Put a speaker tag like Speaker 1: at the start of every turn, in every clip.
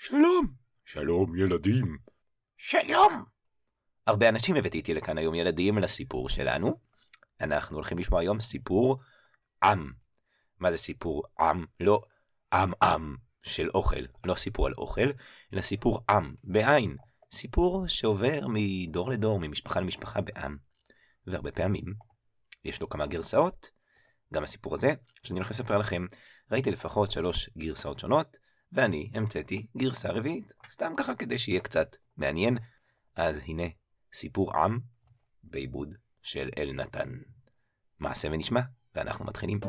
Speaker 1: שלום. שלום ילדים.
Speaker 2: שלום. הרבה אנשים הבאתי איתי לכאן היום ילדים לסיפור שלנו. אנחנו הולכים לשמוע היום סיפור עם. מה זה סיפור עם? לא עם של אוכל, לא סיפור על אוכל, אלא סיפור עם, בעין. סיפור שעובר מדור לדור, ממשפחה למשפחה בעם. והרבה פעמים יש לו כמה גרסאות. גם הסיפור הזה, שאני הולך לספר לכם, ראיתי לפחות 3 גרסאות שונות, ואני המצאתי גרסה רביעית, סתם ככה כדי שיהיה קצת מעניין. אז הנה, סיפור עם בעיבוד של אלנתן. מעשה ונשמע, ואנחנו מתחילים.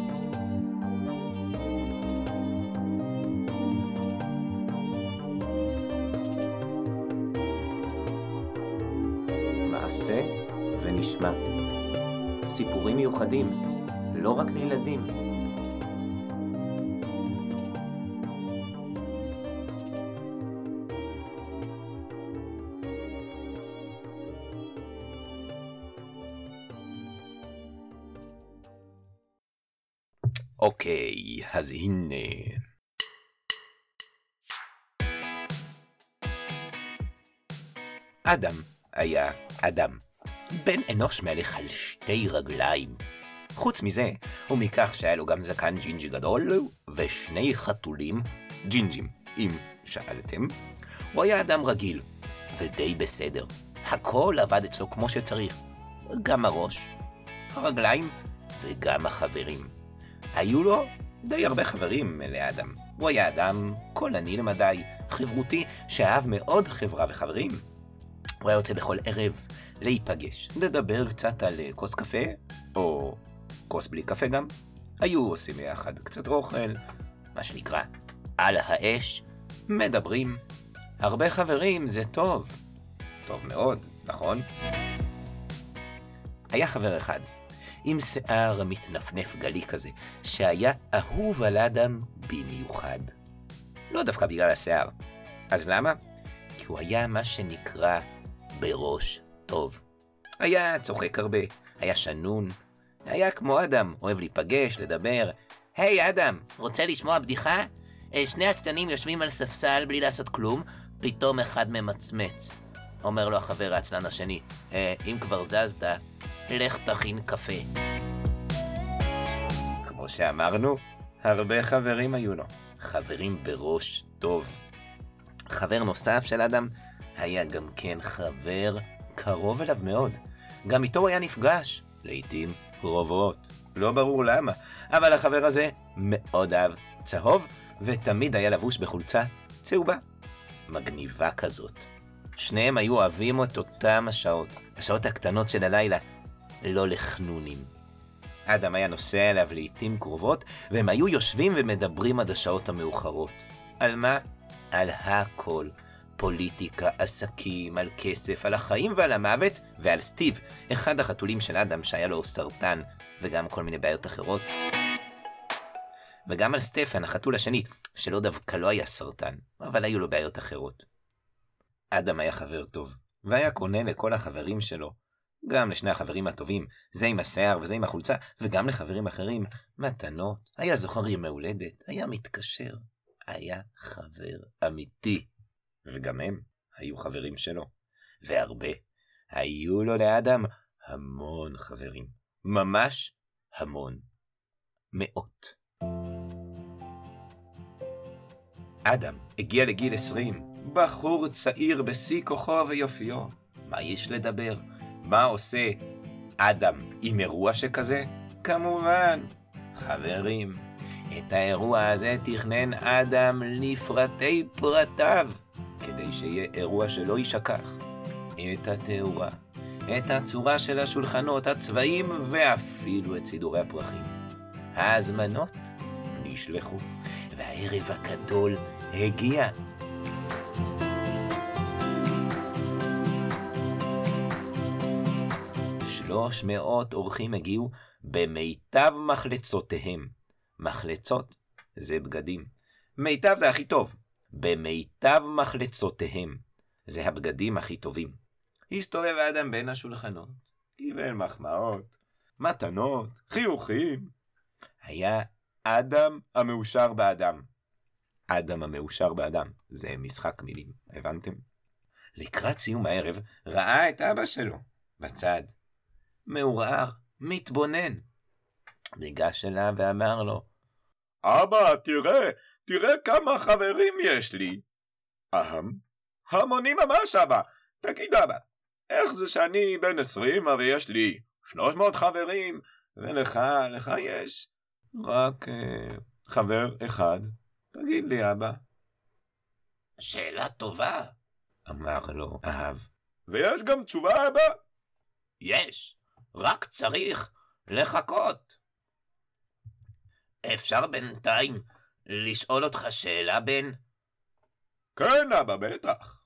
Speaker 2: מעשה ונשמע. סיפורים מיוחדים, לא רק לילדים. אוקיי, אז הנה. אדם היה אדם. בן אנוש מלך על 2 רגליים. חוץ מזה, ומכך שהיה לו גם זקן ג'ינג'י גדול, ו2 חתולים, ג'ינג'ים, אם שאלתם, הוא היה אדם רגיל, ודי בסדר. הכל עבד אצלו כמו שצריך. גם הראש, הרגליים, וגם החברים. היו לו די הרבה חברים לאדם. הוא היה אדם קולני למדי, חברותי, שאהב מאוד חברה וחברים. הוא היה יוצא בכל ערב להיפגש, לדבר קצת על כוס קפה, או כוס בלי קפה גם. היו עושים ביחד קצת אוכל, מה שנקרא על האש, מדברים. הרבה חברים זה טוב. טוב מאוד, נכון? היה חבר אחד, עם שיער מתנפנף גלי כזה, שהיה אהוב על אדם במיוחד. לא דווקא בגלל השיער. אז למה? כי הוא היה מה שנקרא בראש טוב. היה צוחק הרבה, היה שנון, היה כמו אדם, אוהב להיפגש, לדבר. היי אדם, רוצה לשמוע בדיחה? 2 הצדנים יושבים על ספסל בלי לעשות כלום, פתאום אחד ממצמץ. אומר לו החבר העצלן השני, אם כבר זזת, לך תכין קפה. כמו שאמרנו, הרבה חברים היו לו. חברים בראש טוב. חבר נוסף של אדם היה גם כן חבר קרוב אליו מאוד. גם איתו הוא היה נפגש, לעתים קרובות. לא ברור למה, אבל החבר הזה מאוד אהב צהוב, ותמיד היה לבוש בחולצה צהובה. מגניבה כזאת. שניהם היו אוהבים את אותם השעות הקטנות של הלילה. לא לחנונים. אדם היה נוסע אליו לעתים קרובות, והם היו יושבים ומדברים עד השעות המאוחרות. על מה? על הכל. פוליטיקה, עסקים, על כסף, על החיים ועל המוות, ועל סטיב, אחד החתולים של אדם שהיה לו סרטן, וגם כל מיני בעיות אחרות. וגם על סטפן, החתול השני, שלא דווקא לא היה סרטן, אבל היו לו בעיות אחרות. אדם היה חבר טוב, והיה קונה לכל החברים שלו, גם לשני החברים הטובים, זה עם השיער וזה עם החולצה, וגם לחברים אחרים, מתנות, היה זוכר ימי הולדת, היה מתקשר, היה חבר אמיתי. וגם הם היו חברים שלו, והרבה. היו לו לאדם המון חברים, ממש המון, מאות. אדם הגיע לגיל 20, בחור צעיר בשיא כוחו ויופיו. מה יש לדבר? מה עושה אדם עם אירוע שכזה? כמובן, חברים. את האירוע הזה תכנן אדם לפרטי פרטיו, כדי שיהיה אירוע שלא יישכח. את התאורה, את הצורה של השולחנות, הצבעים ואפילו את סידורי הפרחים. ההזמנות נשלחו, והערב הגדול הגיע. 300 אורחים הגיעו במיטב מחלצותיהם. מחלצות זה בגדים. מיטב זה הכי טוב. במיטב מחלצותיהם. זה הבגדים הכי טובים. הסתובב האדם בין השולחנות. קיבל מחמאות, מתנות, חיוכים. היה אדם המאושר באדם. אדם המאושר באדם. זה משחק מילים, הבנתם? לקראת סיום הערב ראה את אבא שלו בצד. מעורער, מתבונן. ניגש אליו ואמר לו,
Speaker 1: אבא, תראה כמה חברים יש לי. המונים ממש, אבא. תגיד, אבא, איך זה שאני בן 20 ויש לי 300 חברים, ולך יש רק חבר אחד? תגיד לי, אבא.
Speaker 2: שאלה טובה, אמר לו אהב.
Speaker 1: ויש גם תשובה, אבא?
Speaker 2: יש, רק צריך לחכות. אפשר בינתיים לשאול אותך שאלה, בן?
Speaker 1: כן, אבא, בטח.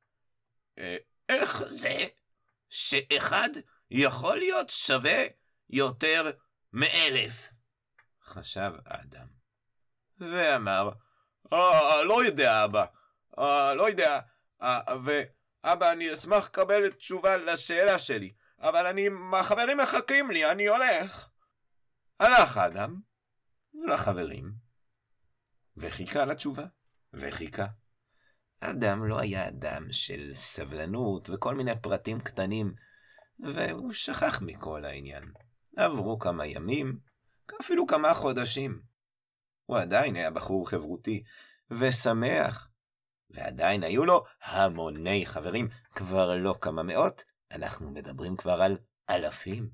Speaker 2: איך זה שאחד יכול להיות שווה יותר מ1,000? חשב אדם, ואמר,
Speaker 1: לא יודע, אבא. לא יודע. ואבא, אני אשמח לקבל תשובה לשאלה שלי. אבל החברים מחכים לי, אני הולך.
Speaker 2: הלך אדם לחברים, וחיכה לתשובה, וחיכה. אדם לא היה אדם של סבלנות וכל מיני פרטים קטנים, והוא שכח מכל העניין. עברו כמה ימים, אפילו כמה חודשים. הוא עדיין היה בחור חברותי ושמח, ועדיין היו לו המוני חברים, כבר לא כמה מאות, אנחנו מדברים כבר על אלפים.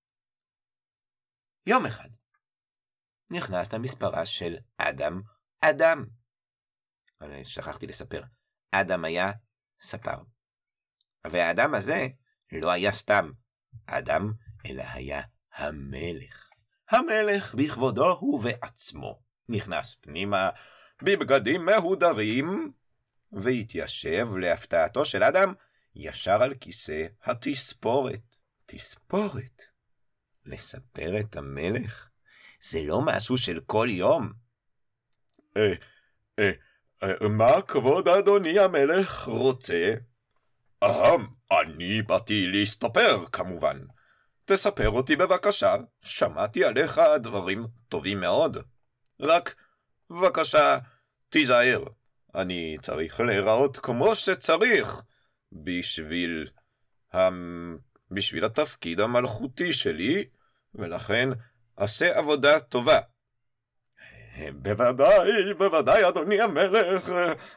Speaker 2: יום אחד נכנס למספרה של אדם. אבל שכחתי לספר, אדם היה ספר. והאדם הזה לא היה סתם אדם, אלא היה המלך. המלך בכבודו ובעצמו נכנס פנימה בבגדים מהודרים, והתיישב להפתעתו של אדם ישר על כיסא התספורת. תספורת? לספר את המלך? זה לא משהו של כל יום.
Speaker 1: מה כבוד אדוני המלך רוצה? אני באתי להסתפר כמובן. תספר אותי בבקשה, שמעתי עליך דברים טובים מאוד. רק בבקשה תיזהר, אני צריך להיראות כמו שצריך בשביל התפקיד המלכותי שלי, ולכן עשה עבודה טובה. בוודאי אדוני המלך.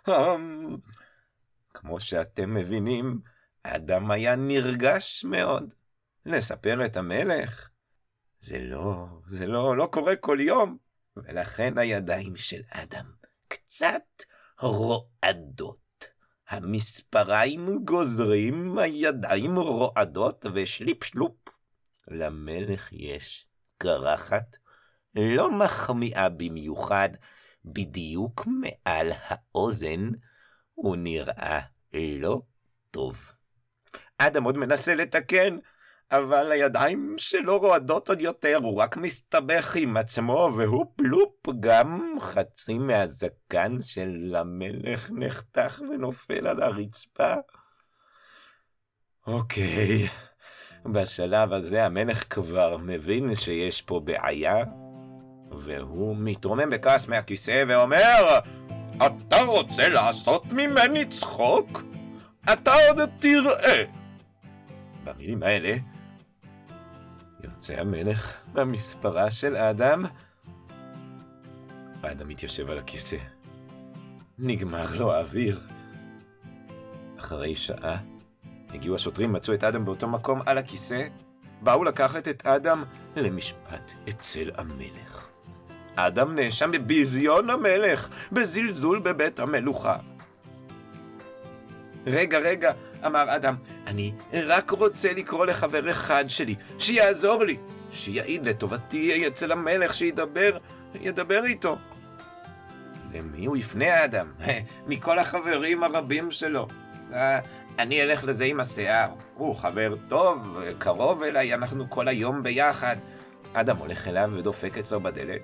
Speaker 2: כמו שאתם מבינים, אדם היה נרגש מאוד לספר את המלך. זה לא קורה כל יום, ולכן הידיים של אדם קצת רועדות. המספריים גוזרים, הידיים רועדות, ושליפ שלופ. למלך יש קרחת לא מחמיאה במיוחד, בדיוק מעל האוזן. הוא נראה לא טוב. אדם עוד מנסה לתקן, אבל הידיים שלו רועדות עוד יותר, הוא רק מסתבך עם עצמו, והוא פלופ, גם חצי מהזקן של המלך נחתך ונופל על הרצפה. אוקיי, בשלב הזה המלך כבר מבין שיש פה בעיה, והוא מתרומם בכעס מהכיסא ואומר,
Speaker 1: אתה רוצה לעשות ממני צחוק? אתה עוד תראה.
Speaker 2: במילים האלה יוצא המלך במספרה של אדם. אדם מתיישב על הכיסא. נגמר לו האוויר. אחרי שעה הגיעו השוטרים, מצאו את אדם באותו מקום על הכיסא, באו לקחת את אדם למשפט אצל המלך. אדם נאשם בביזיון המלך, בזלזול בבית המלוכה. רגע, אמר אדם, אני רק רוצה לקרוא לחבר אחד שלי, שיעזור לי, שיעיד לטובתי אצל המלך, שידבר איתו. למי הוא יפנה אדם? מכל החברים הרבים שלו. אני אלך לזה עם השיער, הוא חבר טוב, קרוב אליי, אנחנו כל היום ביחד. אדם הולך אליו ודופק אצלו בדלת.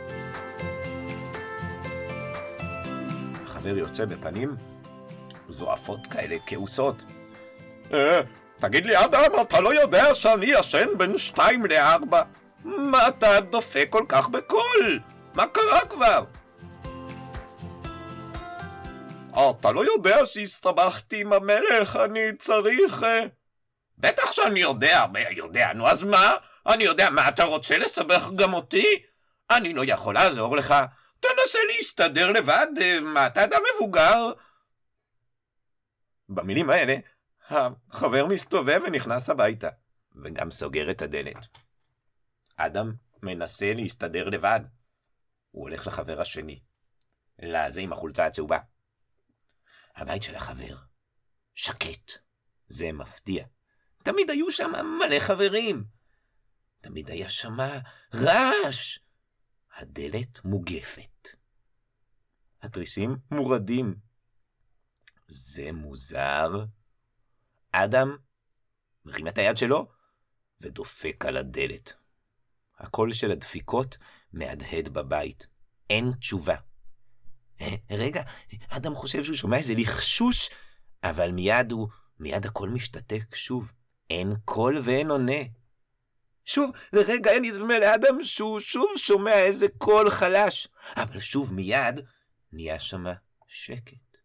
Speaker 2: החבר יוצא בפנים זועפות כאלה, כעוסות.
Speaker 1: תגיד לי אדם, אתה לא יודע שאני ישן בין 2 ל-4?
Speaker 2: מה אתה דופק כל כך בקול? מה קרה כבר?
Speaker 1: אתה לא יודע שהסתבכתי עם המלך, אני צריך... בטח שאני יודע, נו אז מה? אני יודע מה אתה רוצה לסבך גם אותי? אני לא יכול לעזור לך, תנסה להסתדר לבד, מה אתה אדם מבוגר? במילים האלה, החבר מסתובב ונכנס הביתה, וגם סוגר את הדלת. אדם מנסה להסתדר לבד. הוא הולך לחבר השני, לזה עם החולצה הצהובה. הבית של החבר שקט, זה מפתיע. תמיד היו שם מלא חברים. תמיד היה שם רעש. הדלת מוגפת. התריסים מורדים. זה מוזר. אדם מרים את היד שלו ודופק על הדלת. הקול של הדפיקות מהדהד בבית. אין תשובה. רגע, אדם חושב שהוא שומע איזה לחשוש, אבל מיד הכל משתתק שוב. אין קול ואין עונה. שוב, לרגע אין נדמה לאדם שהוא שוב שומע איזה קול חלש, אבל שוב מיד נהיה שם שקט.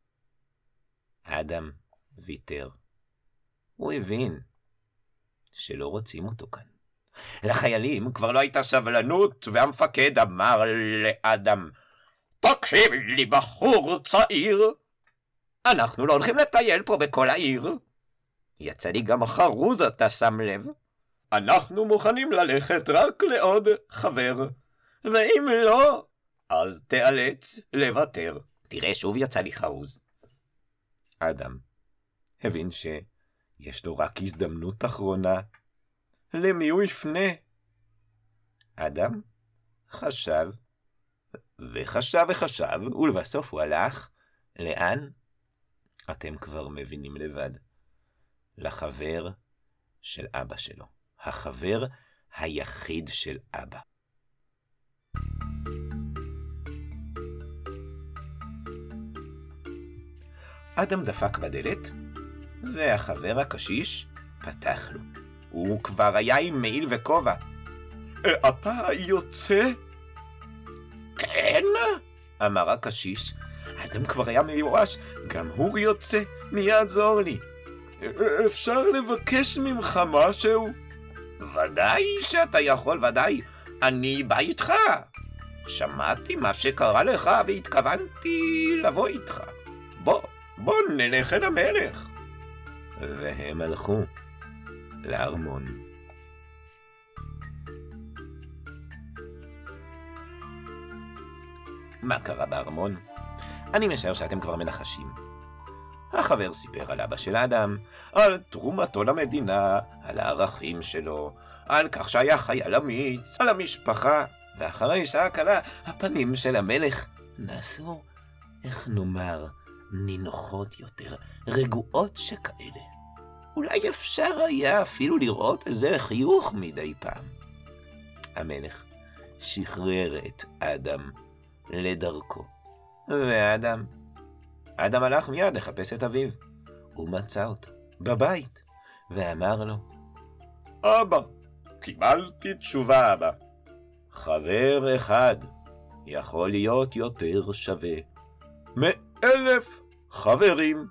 Speaker 1: אדם ויתר. הוא הבין שלא רוצים אותו כאן. לחיילים כבר לא הייתה סבלנות, והמפקד אמר לאדם, תקשיב לי בחור צעיר, אנחנו לא הולכים לטייל פה בכל העיר. יצא לי גם חרוז, אתה שם לב. אנחנו מוכנים ללכת רק לעוד חבר, ואם לא, אז תיאלץ לוותר. תראה, שוב יצא לי חרוז. אדם הבין שיש לו רק הזדמנות אחרונה. למי הוא יפנה? אדם חשב וחשב, ולבסוף הוא הלך. לאן? אתם כבר מבינים לבד. לחבר של אבא שלו. החבר היחיד של אבא. אדם דפק בדלת, והחבר הקשיש פתח לו. הוא כבר היה עם מעיל וכובע. אתה יוצא? כן, אמר הקשיש. אדם כבר היה מיואש. גם הוא יוצא, מיד זור לי. אפשר לבקש ממך משהו? ודאי שאתה יכול, ודאי. אני בא איתך. שמעתי מה שקרה לך והתכוונתי לבוא איתך. בוא נלך אל המלך. והם הלכו לארמון. מה קרה בארמון? אני משער שאתם כבר מנחשים. החבר סיפר על אבא של אדם, על תרומתו למדינה, על הערכים שלו, על כך שהיה חייל אמיץ, על המשפחה, ואחרי שעה קלה הפנים של המלך נעשו, איך נאמר, נינוחות יותר, רגועות שכאלה. אולי אפשר היה אפילו לראות איזה חיוך מדי פעם. המלך שחרר את אדם לדרכו, אדם הלך מיד לחפש את אביו. הוא מצא אותו בבית, ואמר לו, אבא, קיבלתי תשובה, אבא.
Speaker 2: חבר אחד יכול להיות יותר שווה מ1,000 חברים.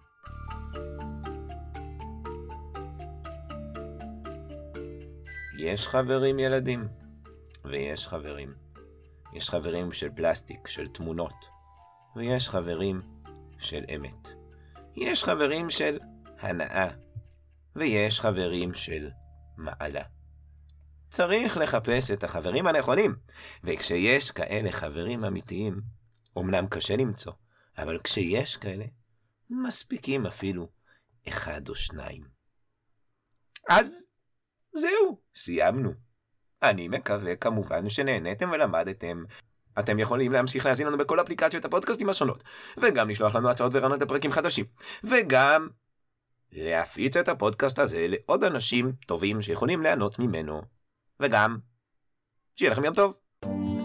Speaker 2: יש חברים ילדים, ויש חברים. יש חברים של פלסטיק, של תמונות, ויש חברים של אמת. יש חברים של הנאה, ויש חברים של מעלה. צריך לחפש את החברים הנכונים, וכשיש כאלה חברים אמיתיים, אמנם קשה למצוא, אבל כשיש כאלה, מספיקים אפילו 1 או 2. אז זהו, סיימנו. אני מקווה כמובן שנהניתם ולמדתם. אתם יכולים להמשיך להזין לנו בכל אפליקציות הפודקאסטים השונות, וגם לשלוח לנו הצעות ורעיונות לפרקים חדשים, וגם להפיץ את הפודקאסט הזה לעוד אנשים טובים שיכולים ליהנות ממנו, וגם שיהיה לכם יום טוב.